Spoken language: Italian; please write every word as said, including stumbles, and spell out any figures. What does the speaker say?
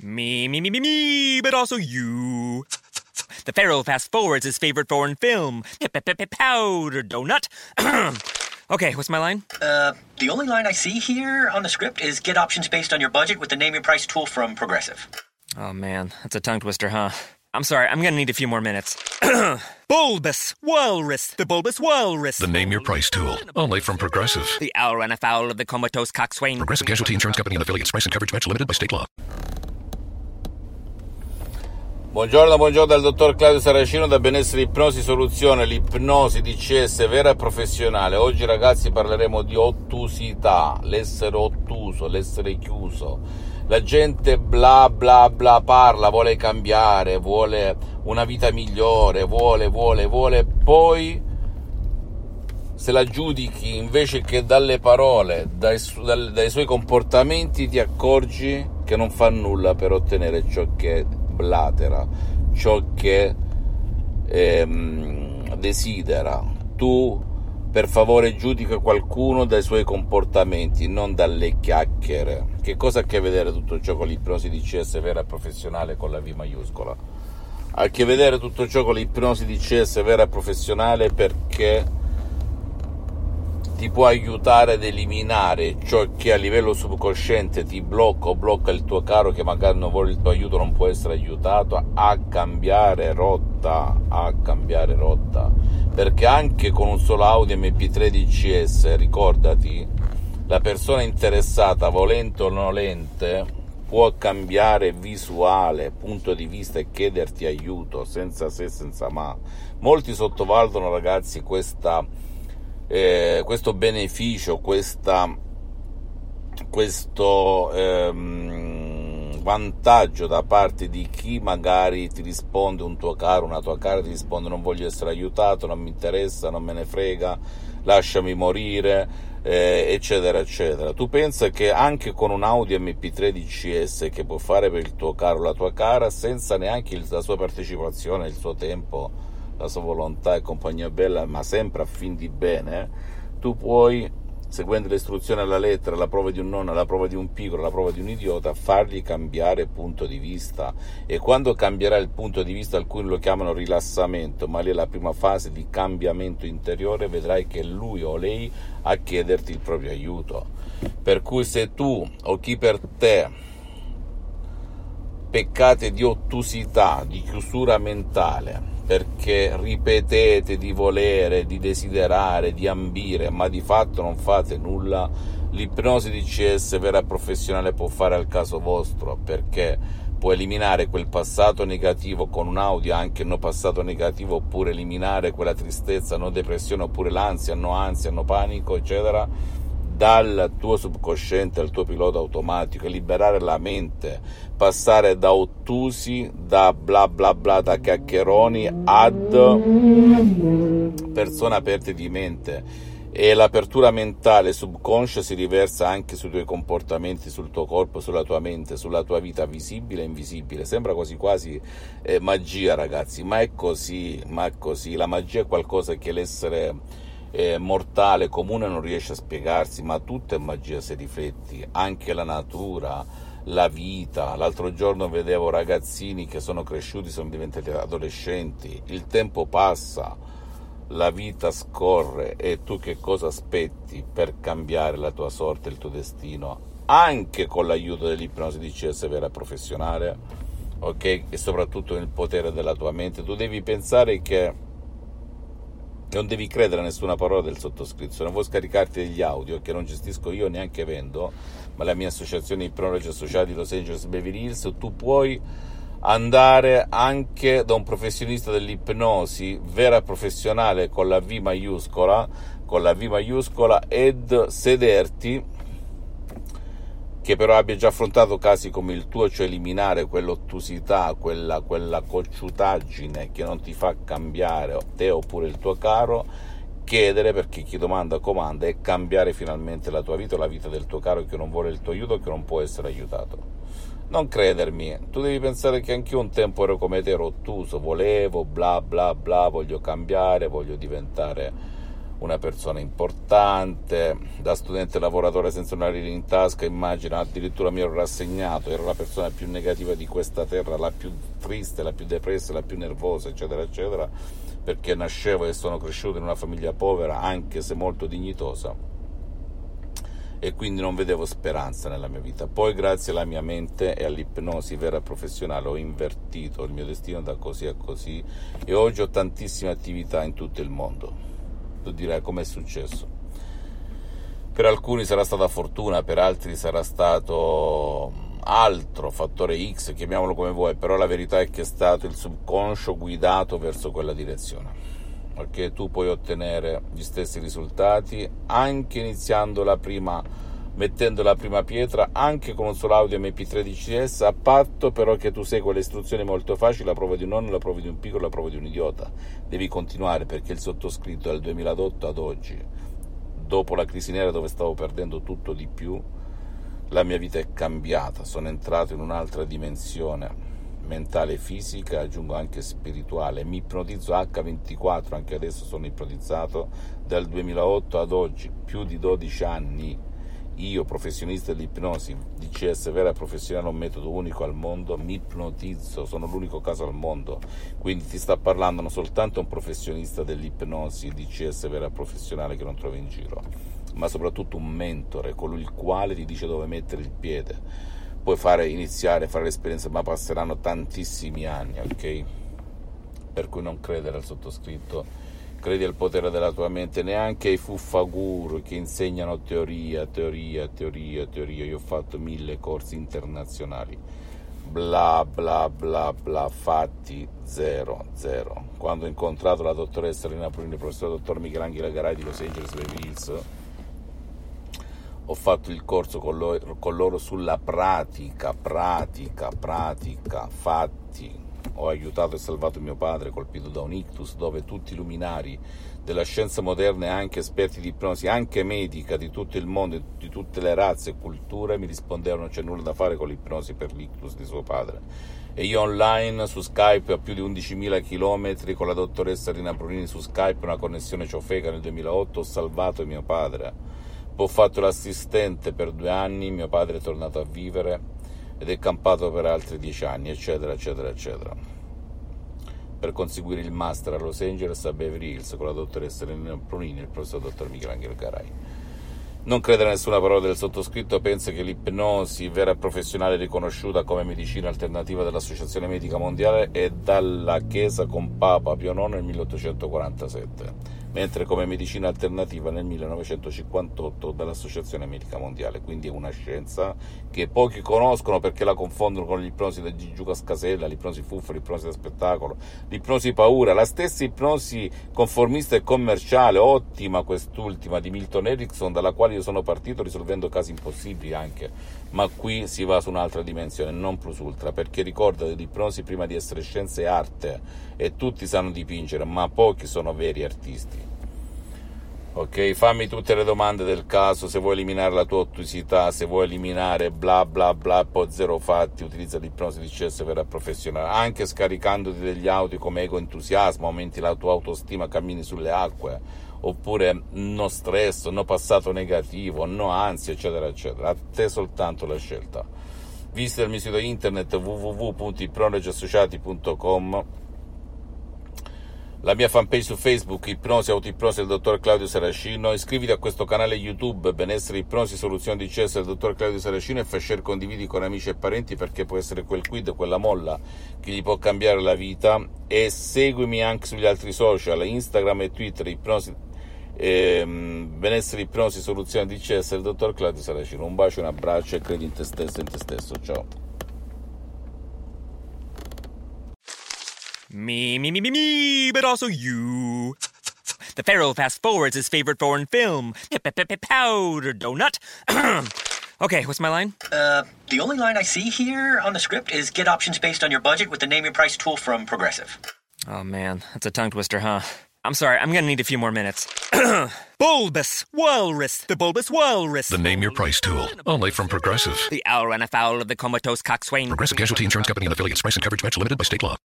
Me, me, me, me, me, but also you. The Pharaoh fast forwards his favorite foreign film, Powder Donut. Okay, what's my line? Uh, the only line I see here on the script is get options based on your budget with the Name Your Price tool from Progressive. Oh man, that's a tongue twister, huh? I'm sorry, I'm gonna need a few more minutes. Bulbous Walrus, the Bulbous Walrus. The Name Your Price tool, only from Progressive. The owl ran afoul of the comatose coxswain. Progressive Casualty Insurance Company and affiliates. Price and coverage match limited by state law. Buongiorno, buongiorno dal dottor Claudio Saracino da Benessere Ipnosi Soluzione, l'ipnosi D C S vera e professionale. Oggi ragazzi parleremo di ottusità, l'essere ottuso, l'essere chiuso. La gente bla bla bla parla, vuole cambiare, vuole una vita migliore, vuole, vuole, vuole, poi se la giudichi invece che dalle parole, dai, dai, dai suoi comportamenti ti accorgi che non fa nulla per ottenere ciò che blatera, ciò che ehm, desidera. Tu per favore giudica qualcuno dai suoi comportamenti, non dalle chiacchiere. Che cosa ha a che vedere tutto ciò con l'ipnosi D C S vera e professionale con la V maiuscola? Ha a che vedere tutto ciò con l'ipnosi D C S vera e professionale perché ti può aiutare ad eliminare ciò che a livello subconsciente ti blocca o blocca il tuo caro che magari non vuole il tuo aiuto, non può essere aiutato, a cambiare rotta, a cambiare rotta. Perché anche con un solo audio M P tre D C S, ricordati, la persona interessata, volente o nolente, può cambiare visuale, punto di vista e chiederti aiuto, senza se, senza ma. Molti sottovalutano, ragazzi, questa Eh, questo beneficio, questa, questo ehm, vantaggio da parte di chi magari ti risponde, un tuo caro, una tua cara ti risponde: non voglio essere aiutato, non mi interessa, non me ne frega, lasciami morire, eh, eccetera eccetera. Tu pensa che anche con un audio M P tre D C S che può fare per il tuo caro o la tua cara, senza neanche il, la sua partecipazione, il suo tempo, la sua volontà e compagnia bella, ma sempre a fin di bene, tu puoi, seguendo le istruzioni alla lettera, la prova di un nonno, la prova di un piccolo, la prova di un idiota, fargli cambiare punto di vista. E quando cambierà il punto di vista, alcuni lo chiamano rilassamento, ma lì è la prima fase di cambiamento interiore, vedrai che è lui o lei a chiederti il proprio aiuto. Per cui se tu o chi per te peccate di ottusità, di chiusura mentale, perché ripetete di volere, di desiderare, di ambire, ma di fatto non fate nulla, l'ipnosi D C S vera e professionale può fare al caso vostro, perché può eliminare quel passato negativo con un audio, anche no passato negativo, oppure eliminare quella tristezza, no depressione, oppure l'ansia, no ansia, no panico, eccetera, dal tuo subconsciente al tuo pilota automatico, e liberare la mente, passare da ottusi, da bla bla bla, da chiacchieroni ad persone aperte di mente. E l'apertura mentale subconscia si riversa anche sui tuoi comportamenti, sul tuo corpo, sulla tua mente, sulla tua vita visibile e invisibile. Sembra quasi quasi eh, magia, ragazzi, ma è così, ma è così. La magia è qualcosa che l'essere Eh, mortale, comune non riesce a spiegarsi, ma tutto è magia se rifletti, anche la natura, la vita. L'altro giorno vedevo ragazzini che sono cresciuti, sono diventati adolescenti, il tempo passa, la vita scorre, e tu che cosa aspetti per cambiare la tua sorte, il tuo destino, anche con l'aiuto dell'ipnosi D C S vera professionale, ok? E soprattutto nel potere della tua mente. Tu devi pensare che non devi credere a nessuna parola del sottoscritto. Se non vuoi scaricarti degli audio, che non gestisco io, neanche vendo, ma la mia associazione ipnologi associati di Los Angeles Beverly Hills, tu puoi andare anche da un professionista dell'ipnosi vera e professionale con la V maiuscola, con la V maiuscola, ed sederti, che però abbia già affrontato casi come il tuo, cioè eliminare quell'ottusità, quella, quella cocciutaggine che non ti fa cambiare te oppure il tuo caro, chiedere, perché chi domanda comanda, e cambiare finalmente la tua vita o la vita del tuo caro che non vuole il tuo aiuto, che non può essere aiutato. Non credermi, tu devi pensare che anch'io un tempo ero come te, ero ottuso, volevo bla bla bla, voglio cambiare, voglio diventare una persona importante, da studente lavoratore senza una lira in tasca, immagina, addirittura mi ero rassegnato, ero la persona più negativa di questa terra, la più triste, la più depressa, la più nervosa, eccetera, eccetera, perché nascevo e sono cresciuto in una famiglia povera, anche se molto dignitosa, e quindi non vedevo speranza nella mia vita. Poi grazie alla mia mente e all'ipnosi vera professionale ho invertito il mio destino da così a così e oggi ho tantissime attività in tutto il mondo. Tu dirai com'è successo. Per alcuni sarà stata fortuna, per altri sarà stato altro, fattore X, chiamiamolo come vuoi, però la verità è che è stato il subconscio guidato verso quella direzione, perché tu puoi ottenere gli stessi risultati anche iniziando la prima, mettendo la prima pietra, anche con un solo audio M P tre D C S, a patto però che tu segua le istruzioni molto facili, la prova di un nonno, la prova di un piccolo, la prova di un idiota. Devi continuare, perché il sottoscritto dal duemilaotto ad oggi, dopo la crisi nera dove stavo perdendo tutto di più, la mia vita è cambiata, sono entrato in un'altra dimensione mentale e fisica, aggiungo anche spirituale, mi ipnotizzo acca ventiquattro, anche adesso sono ipnotizzato dal duemilaotto ad oggi, più di dodici anni. Io, professionista dell'ipnosi, D C S vera professionale, un metodo unico al mondo, mi ipnotizzo, sono l'unico caso al mondo, quindi ti sta parlando non soltanto un professionista dell'ipnosi, D C S vera professionale che non trovi in giro, ma soprattutto un mentore, colui il quale ti dice dove mettere il piede. Puoi fare, iniziare a fare l'esperienza, ma passeranno tantissimi anni, ok? Per cui non credere al sottoscritto, credi al potere della tua mente, neanche ai fuffaguru che insegnano teoria, teoria, teoria, teoria. Io ho fatto mille corsi internazionali, bla bla bla bla, fatti zero, zero. Quando ho incontrato la dottoressa Rina Pruini, il professor dottor Michelangelo Garai di Los Angeles Beverly Hills, ho fatto il corso con loro, con loro sulla pratica, pratica, pratica, fatti. Ho aiutato e salvato mio padre colpito da un ictus, dove tutti i luminari della scienza moderna e anche esperti di ipnosi, anche medica, di tutto il mondo, di tutte le razze e culture, mi rispondevano non c'è nulla da fare con l'ipnosi per l'ictus di suo padre. E io online su Skype a più di undicimila chilometri con la dottoressa Rina Brunini su Skype, una connessione ciofeca nel duemilaotto, ho salvato mio padre. Ho fatto l'assistente per due anni, mio padre è tornato a vivere ed è campato per altri dieci anni, eccetera, eccetera, eccetera. Per conseguire il master a Los Angeles, a Beverly Hills, con la dottoressa Elena Pronini e il professor dottor Michelangelo Garai. Non credere a nessuna parola del sottoscritto, pensa che l'ipnosi vera e professionale riconosciuta come medicina alternativa dall'Associazione Medica Mondiale è dalla Chiesa con Papa Pio nono nel milleottocentoquarantasette, mentre come medicina alternativa nel millenovecentocinquantotto dall'Associazione Medica Mondiale. Quindi è una scienza che pochi conoscono perché la confondono con l'ipnosi da Gigiu Cascasella, l'ipnosi fuffa, l'ipnosi da spettacolo, l'ipnosi paura, la stessa ipnosi conformista e commerciale, ottima quest'ultima, di Milton Erickson, dalla quale io sono partito risolvendo casi impossibili anche, ma qui si va su un'altra dimensione, non plus ultra, perché ricorda che l'ipnosi prima di essere scienza è arte e tutti sanno dipingere, ma pochi sono veri artisti. Ok, fammi tutte le domande del caso, se vuoi eliminare la tua ottusità, se vuoi eliminare bla bla bla, poi zero fatti, utilizza l'ipnosi di D C S vera professionale, anche scaricandoti degli audio come ego entusiasmo, aumenti la tua autostima, cammini sulle acque, oppure no stress, no passato negativo, no ansia, eccetera, eccetera. A te soltanto la scelta. Visita il mio sito internet w w w punto ipnologi associati punto com, la mia fanpage su Facebook, Ipnosi Autoipnosi del dottor Claudio Saracino, iscriviti a questo canale YouTube, Benessere Ipnosi Soluzioni D C S del dottor Claudio Saracino, e fai share, condividi con amici e parenti, perché può essere quel quid, quella molla che gli può cambiare la vita. E seguimi anche sugli altri social, Instagram e Twitter, Ipnosi, ehm, Benessere Ipnosi Soluzioni D C S del dottor Claudio Saracino. Un bacio, un abbraccio e credi in te stesso e in te stesso. Ciao. Me, me, me, me, me, but also you. The Pharaoh fast forwards his favorite foreign film, Powder Donut. Okay, what's my line? Uh, the only line I see here on the script is get options based on your budget with the Name Your Price tool from Progressive. Oh man, that's a tongue twister, huh? I'm sorry, I'm gonna need a few more minutes. Bulbous Walrus, the Bulbous Walrus. The Name Your Price tool, only from Progressive. The owl ran afoul of the comatose coxswain. Progressive Casualty Insurance Company and affiliates. Price and coverage match limited by state law.